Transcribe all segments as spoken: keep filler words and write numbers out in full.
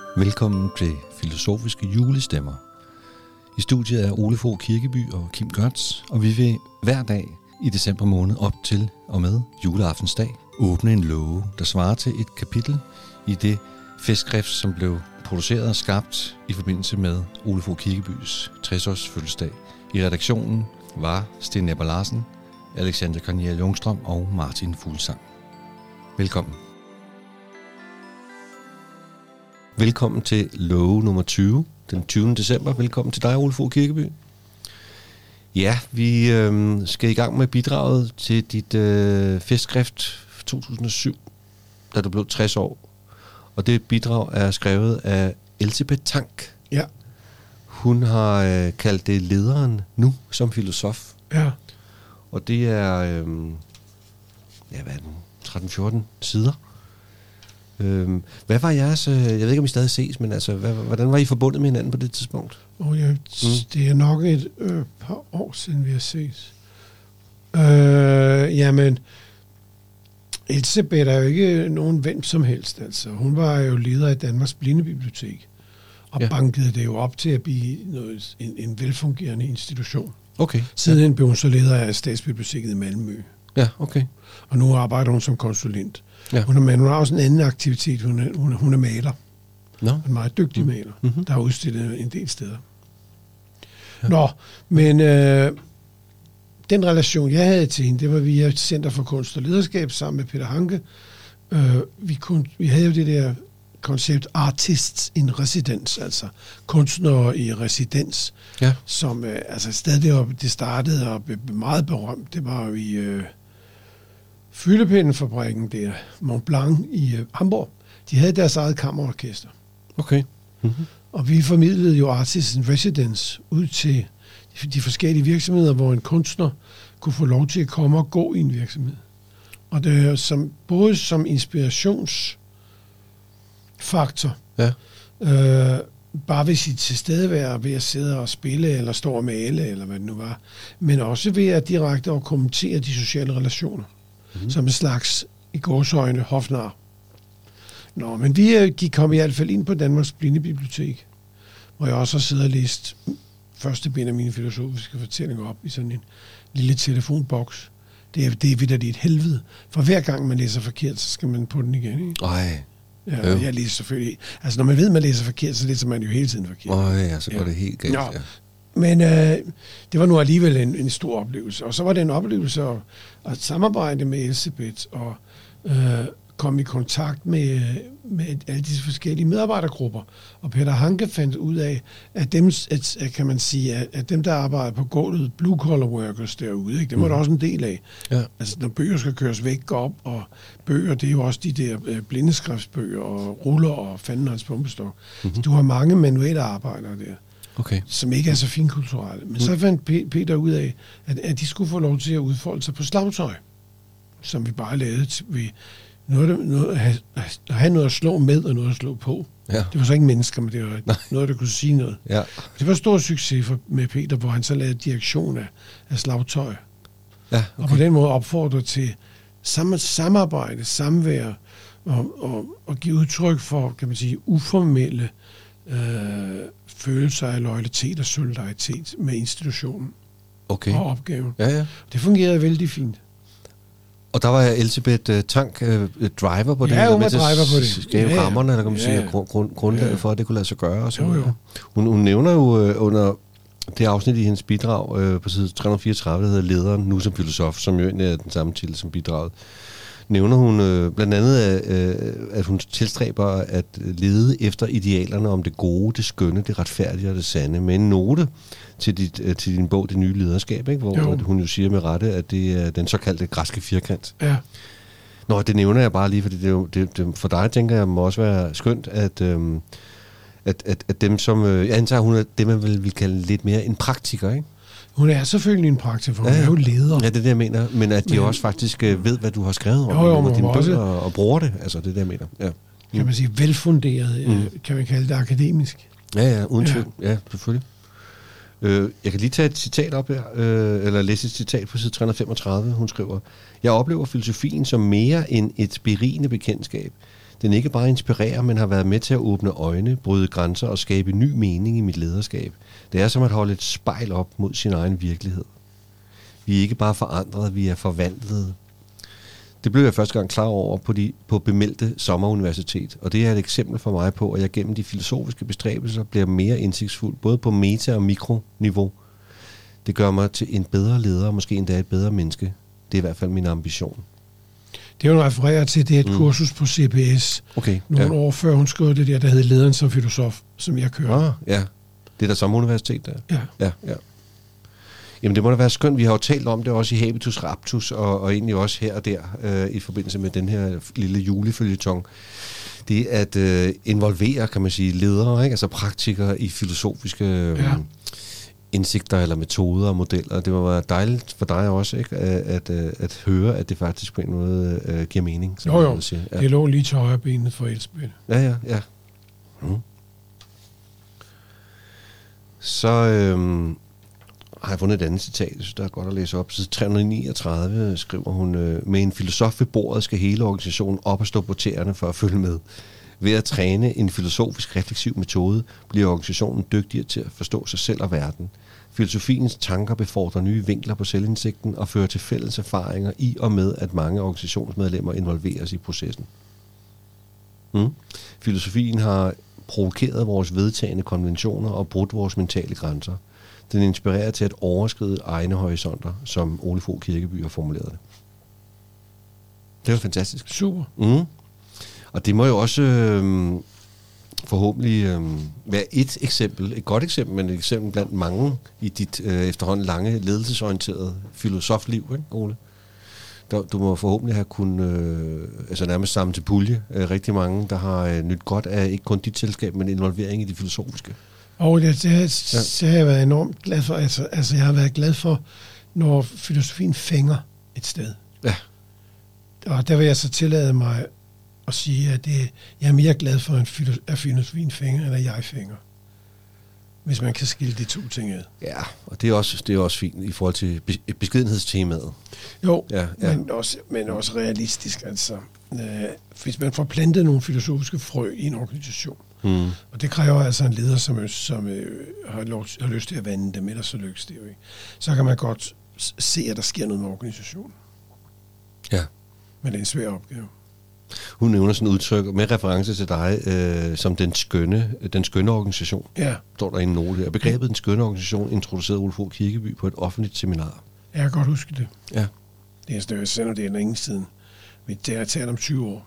Velkommen til Filosofiske Julestemmer. I studiet er Ole Fogh Kirkeby og Kim Gørtz, og vi vil hver dag i december måned op til og med juleaftensdag åbne en låge, der svarer til et kapitel i det festskrift, som blev produceret og skabt i forbindelse med Ole Fogh Kirkebys tres-års fødselsdag. I redaktionen var Sten Nepper Larsen, Alexander Corniel Jungstrøm og Martin Fuglsang. Velkommen. Velkommen til låge nummer tyve, den tyvende december. Velkommen til dig, Ole Fogh Kirkeby. Ja, vi øh, skal i gang med bidraget til dit øh, festskrift to tusind og syv, da du blev tres år. Og det bidrag er skrevet af Elsebeth Tank. Ja. Hun har øh, kaldt det lederen nu som filosof. Ja. Og det er, øh, ja, hvad er den, tretten fjorten sider. Øh, hvad var jeres, øh, jeg ved ikke, om I stadig ses, men altså, hvad, hvordan var I forbundet med hinanden på det tidspunkt? Oh, ja, mm. Det er nok et øh, par år siden, vi har ses. Øh, jamen, Elsebeth er jo ikke nogen hvem som helst, altså. Hun var jo leder af Danmarks Blindebibliotek, og ja. bankede det jo op til at blive noget, en, en velfungerende institution. Okay. Siden ja. blev hun så leder af Statsbiblioteket i Malmø. Ja, okay. Og nu arbejder hun som konsulent. Ja. Hun, er, men hun har også en anden aktivitet. Hun er, hun er, hun er maler. No. En meget dygtig maler, mm-hmm. der har udstillet en del steder. Ja. Nå, men øh, den relation, jeg havde til hende, det var via Center for Kunst og Lederskab sammen med Peter Hanke. Øh, vi, kun, vi havde jo det der koncept artists in residence, altså kunstnere i residens, ja. som øh, altså stadig deroppe, det startede og blev meget berømt. Det var jo i øh, Fyllepindefabrikken der, Mont Blanc i øh, Hamburg. De havde deres eget kammerorkester. Okay. Mm-hmm. Og vi formidlede jo artists in residence ud til de forskellige virksomheder, hvor en kunstner kunne få lov til at komme og gå i en virksomhed. Og det er som, både som inspirationsfaktor, ja. øh, bare ved sit tilstedeværelse, ved at sidde og spille, eller stå og male, eller hvad det nu var, men også ved at direkte at kommentere de sociale relationer, mm-hmm. som en slags, i gåseøjne, hofnar. Nå, men vi gik kom i hvert fald ind på Danmarks Blindebibliotek, hvor jeg også har siddet og læst første bind af mine filosofiske fortællinger op i sådan en lille telefonboks. Det er, det er vitterligt et helvede. For hver gang man læser forkert, så skal man på den igen. Ikke? Ej. Ja, jeg læser selvfølgelig. Altså, når man ved, man læser forkert, så læser man jo hele tiden forkert. Øj, ja, så går ja. det helt galt. Ja. Ja. Men øh, det var nu alligevel en, en stor oplevelse. Og så var det en oplevelse at, at samarbejde med Elsebeth og øh, komme i kontakt med, med alle disse forskellige medarbejdergrupper. Og Peter Hanke fandt ud af, at dem, at, kan man sige, at, at dem, der arbejder på gulvet, blue collar workers derude, ikke, det var mm. der også en del af. Ja. Altså, når bøger skal køres væk, gå op, og bøger, det er jo også de der øh, blindeskriftsbøger, og ruller, og fanden hans pumpestok. Mm-hmm. Du har mange manuelle arbejdere der, okay. som ikke er så finkulturelle. Men mm. så fandt Peter ud af, at, at de skulle få lov til at udfolde sig på slagtøj, som vi bare lavede ved Noget, noget, at, have, at have noget at slå med og noget at slå på. Ja. Det var så ikke mennesker, men det var Nej. noget, der kunne sige noget. Ja. Det var stor succes for, med Peter, hvor han så lavede direktion af, af slagtøj. Ja, okay. Og på den måde opfordrer til sam, samarbejde, samvær og, og, og give udtryk for, kan man sige, uformelle øh, følelser af loyalitet og solidaritet med institutionen okay. og opgaven. Ja, ja. Det fungerede vældig fint. Og der var Elsebeth uh, Tank uh, driver på det. Ja, hun var driver på det. Skabe ja, rammerne, eller kan man ja, sige, grund, grund, grundlaget ja. for, at det kunne lade sig gøre. Og så. Jo, jo. Hun, hun nævner jo uh, under det afsnit i hendes bidrag uh, på side tre hundrede fireogtredive, der hedder Lederen nu som filosof, som jo egentlig er den samme titel som bidraget, nævner hun uh, blandt andet, at, uh, at hun tilstræber at lede efter idealerne om det gode, det skønne, det retfærdige og det sande, med en note til, dit, uh, til din bog, Det nye lederskab, ikke? Hvor jo. hun jo siger med rette, at det er den såkaldte græske firkant. Ja. Nå, det nævner jeg bare lige, fordi det, er jo, det, det for dig, tænker jeg, må også være skønt, at, øhm, at, at, at dem, som... Øh, jeg antager, hun er det, man vil, vil kalde lidt mere en praktiker, ikke? Hun er selvfølgelig en praktiker, for hun ja, er jo leder. Ja, det er det, jeg mener. Men at de men, også faktisk øh, ved, hvad du har skrevet om, jo, jo, om dine bøger, og, og bruger det. Altså, det er det, jeg mener. Ja. Mm. Kan man sige, velfunderet, mm. kan man kalde det akademisk. Ja, ja, uden tvivl. Ja. ja, selvfølgelig. Øh, jeg kan lige tage et citat op her, øh, eller læse et citat på side tre hundrede femogtredive. Hun skriver, jeg oplever filosofien som mere end et berigende bekendtskab. Den ikke bare inspirerer, men har været med til at åbne øjne, bryde grænser og skabe ny mening i mit lederskab. Det er som at holde et spejl op mod sin egen virkelighed. Vi er ikke bare forandret, vi er forvandlet. Det blev jeg første gang klar over på, de, på bemeldte sommeruniversitet, og det er et eksempel for mig på, at jeg gennem de filosofiske bestræbelser bliver mere indsigtsfuld, både på meta- og mikroniveau. Det gør mig til en bedre leder, og måske endda et bedre menneske. Det er i hvert fald min ambition. Det er jo refererer til, det er et mm. kursus på C B S. Okay, nogle ja. år før hun skrev det der, der hed Lederen som filosof, som jeg kører. Ah, ja, det er der sommeruniversitet der. Ja. Ja, ja. Jamen det må da være skønt. Vi har jo talt om det også i Habitus Raptus, og, og egentlig også her og der, øh, i forbindelse med den her lille juleføljeton. Det at øh, involvere, kan man sige, ledere, ikke? Altså praktikere i filosofiske øh, ja. indsigter eller metoder og modeller. Det må være dejligt for dig også, ikke? At, at, at høre, at det faktisk på en måde øh, giver mening. Jo jo, siger. Ja. Det lå lige til højre benet for Elsebeth. Ja, ja, ja. Mm. Så... Øh, har jeg fundet et andet citat, jeg synes, der er godt at læse op. Side tre hundrede niogtredive skriver hun, med en filosof ved bordet skal hele organisationen op og stå på tæerne for at følge med. Ved at træne en filosofisk refleksiv metode, bliver organisationen dygtigere til at forstå sig selv og verden. Filosofiens tanker befordrer nye vinkler på selvindsigten og fører til fælles erfaringer i og med, at mange organisationsmedlemmer involveres i processen. Hmm? Filosofien har provokeret vores vedtagne konventioner og brudt vores mentale grænser. Den inspirerer til at overskride egne horisonter, som Ole Fogh Kirkeby har formuleret det. Det er jo fantastisk. Super. Mm. Og det må jo også øh, forhåbentlig øh, være et eksempel, et godt eksempel, men et eksempel blandt mange i dit øh, efterhånden lange ledelsesorienterede filosofliv, ikke, Ole? Der, du må forhåbentlig have kunnet øh, altså nærmest sammen til pulje øh, rigtig mange, der har øh, nyt godt af ikke kun dit selskab, men involvering i det filosofiske. Og det, det, det, det har jeg været enormt glad for. Altså, altså, jeg har været glad for, når filosofien fænger et sted. Ja. Og der vil jeg så tillade mig at sige, at det, jeg er mere glad for, at filosofien fænger, end at jeg fænger. Hvis man kan skille de to ting ad. Ja, og det er også, det er også fint i forhold til beskedenhedstemaet. Jo, ja, ja. Men, også, men også realistisk. Altså, øh, hvis man får plantet nogle filosofiske frø i en organisation, Hmm. og det kræver altså en leder, som, som øh, har, lov, har lyst til at vande dem, ellers så lykkes det jo ikke. Så kan man godt se, at der sker noget med organisationen. Ja. Men det er en svær opgave. Hun nævner sådan et udtryk med reference til dig, øh, som den skønne, den skønne organisation. Ja. Står der i en note her. Begrebet den skønne organisation introducerede Ole Fogh Kirkeby på et offentligt seminar. Jeg kan godt huske det. Ja. Det er større sender det er længe siden. Vi har talt om tyve år.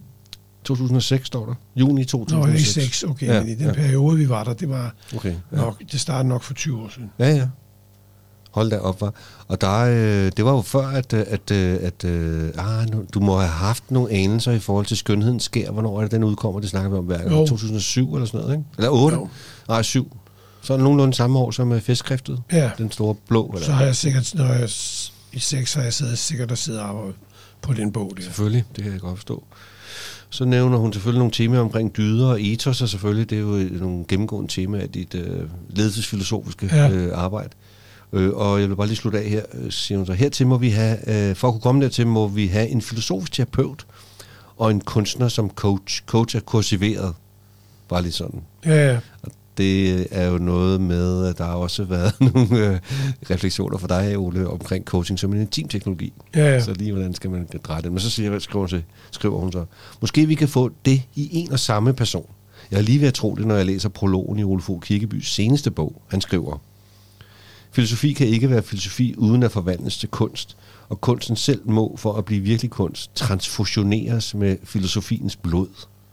to tusind og seks står der. Juni to tusind og seks. Nå, i seks, okay. Ja, men i den ja. periode, vi var der, det var okay, ja. nok, det startede nok for tyve år siden. Ja, ja. Hold da op, var. Og der, øh, det var jo før, at, at, at, at ah, du må have haft nogle anelser i forhold til skønheden sker. Hvornår er det, den udkommer? Det snakker vi om hver gang. to tusind og syv eller sådan noget, ikke? Eller otte? Jo. Nej, syv. Så er det nogenlunde samme år som festskriftet. Ja. Den store blå. Eller så har jeg sikkert, når jeg i seks har jeg siddet, sikkert der sidder og arbejdet på den bog der. Selvfølgelig, det kan jeg godt forstå. Så nævner hun selvfølgelig nogle temaer omkring dyder og ethos, og selvfølgelig, det er jo nogle gennemgående temaer af dit øh, ledelsesfilosofiske ja. øh, arbejde. Øh, og jeg vil bare lige slutte af her, siger hun så. Hertil må vi have, øh, for at kunne komme dertil, må vi have en filosofisk terapeut og en kunstner som coach. Coach er kursiveret. Bare lige sådan. Ja, ja. Og det er jo noget med, at der har også været nogle øh, refleksioner for dig, Ole, omkring coaching som en intim teknologi. Ja, ja. Så lige, hvordan skal man dreje det. Men så siger, skriver, hun så, skriver hun så, måske vi kan få det i en og samme person. Jeg er lige ved at tro det, når jeg læser prologen i Ole Fogh Kirkebys seneste bog. Han skriver, filosofi kan ikke være filosofi uden at forvandles til kunst, og kunsten selv må, for at blive virkelig kunst, transfusioneres med filosofiens blod.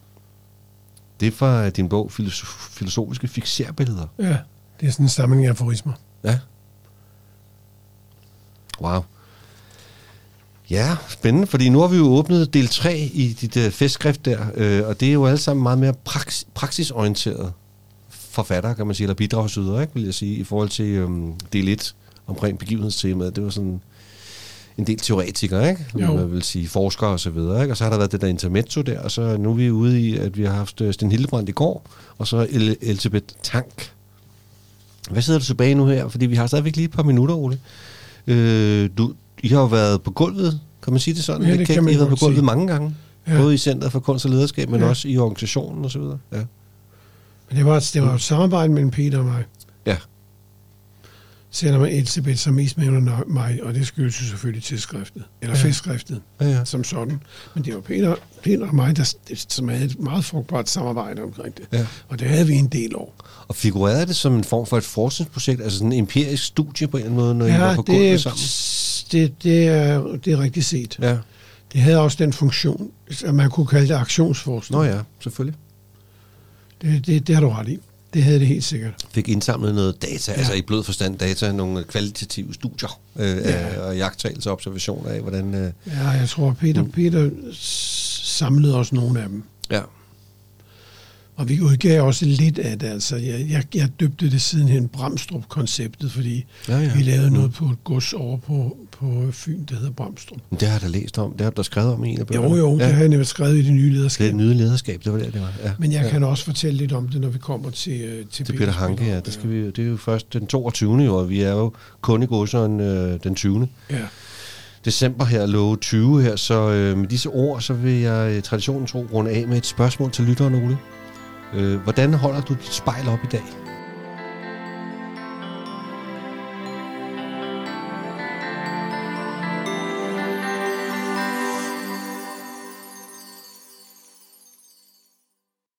Det er fra din bog, Filosof- Filosofiske Fixerbilleder. Ja, det er sådan en sammenhæng af aforismer. Ja. Wow. Ja, spændende, fordi nu har vi jo åbnet del tre i dit uh, festskrift der, øh, og det er jo alle sammen meget mere praks- praksisorienteret forfatter, kan man sige, eller bidragsydere, ikke, vil jeg sige, i forhold til øhm, del et omkring begivenhedstemaet. Det var sådan en del teoretikere, ikke? Man vil sige forskere og så videre, ikke? Og så har der været det der intermezzo der, og så nu er vi ude i, at vi har haft Sten Hildebrandt i går, og så El- Elsebeth Tank. Hvad sidder du tilbage nu her? Fordi vi har stadigvæk lige et par minutter, Ole. Øh, du, I har jo været på gulvet, kan man sige det sådan? Ja, det, det kan man I har været på gulvet sige. mange gange. Ja. Både i Center for Kunst og Lederskab, men ja. også i organisationen og så videre. Ja. Men det var, det var et samarbejde mellem Peter og mig. Ja. Selvom Elsebeth så mest med mig, og det skyldes jo selvfølgelig tilskriftet, eller ja. festskriftet, ja, ja. som sådan. Men det var Peter, Peter og mig, der, som havde et meget frugtbart samarbejde omkring det. Ja. Og det havde vi en del år. Og figurerede det som en form for et forskningsprojekt, altså sådan en empirisk studie på en eller anden måde, når ja, I var på gulvet sammen? Det, det, er, det er rigtigt set. Ja. Det havde også den funktion, at man kunne kalde det aktionsforskning. Nå ja, selvfølgelig. Det, det, det har du ret i. Det havde det helt sikkert. Fik indsamlet noget data, ja. altså i blød forstand data, nogle kvalitative studier øh, ja. og jagttagelser og observationer af, hvordan... Øh, ja, jeg tror, Peter, mm. Peter samlede også nogle af dem. Ja. Og vi udgav også lidt af det, altså. Jeg, jeg, jeg døbte det sidenhen Bramstrup-konceptet, fordi ja, ja. vi lavede mm. noget på et gods over på, på Fyn, der hedder Bramstrup. Det har jeg da læst om. Det har du da skrevet om i en af bøgerne. Jo, jo, ja. det har jeg nemlig skrevet i det nye lederskab. Det nye lederskab, det var det, det var. Ja. Men jeg ja. kan også fortælle lidt om det, når vi kommer til, til Peter, Peter Hanke. Ja. Det, skal vi, det er jo først den toogtyvende år, vi er jo kun i godseren øh, den tyvende Ja. december her, love tyve her, så øh, med disse ord, så vil jeg traditionen tro runde af med et spørgsmål til lytteren, Ole. Øh, hvordan holder du dit spejl op i dag?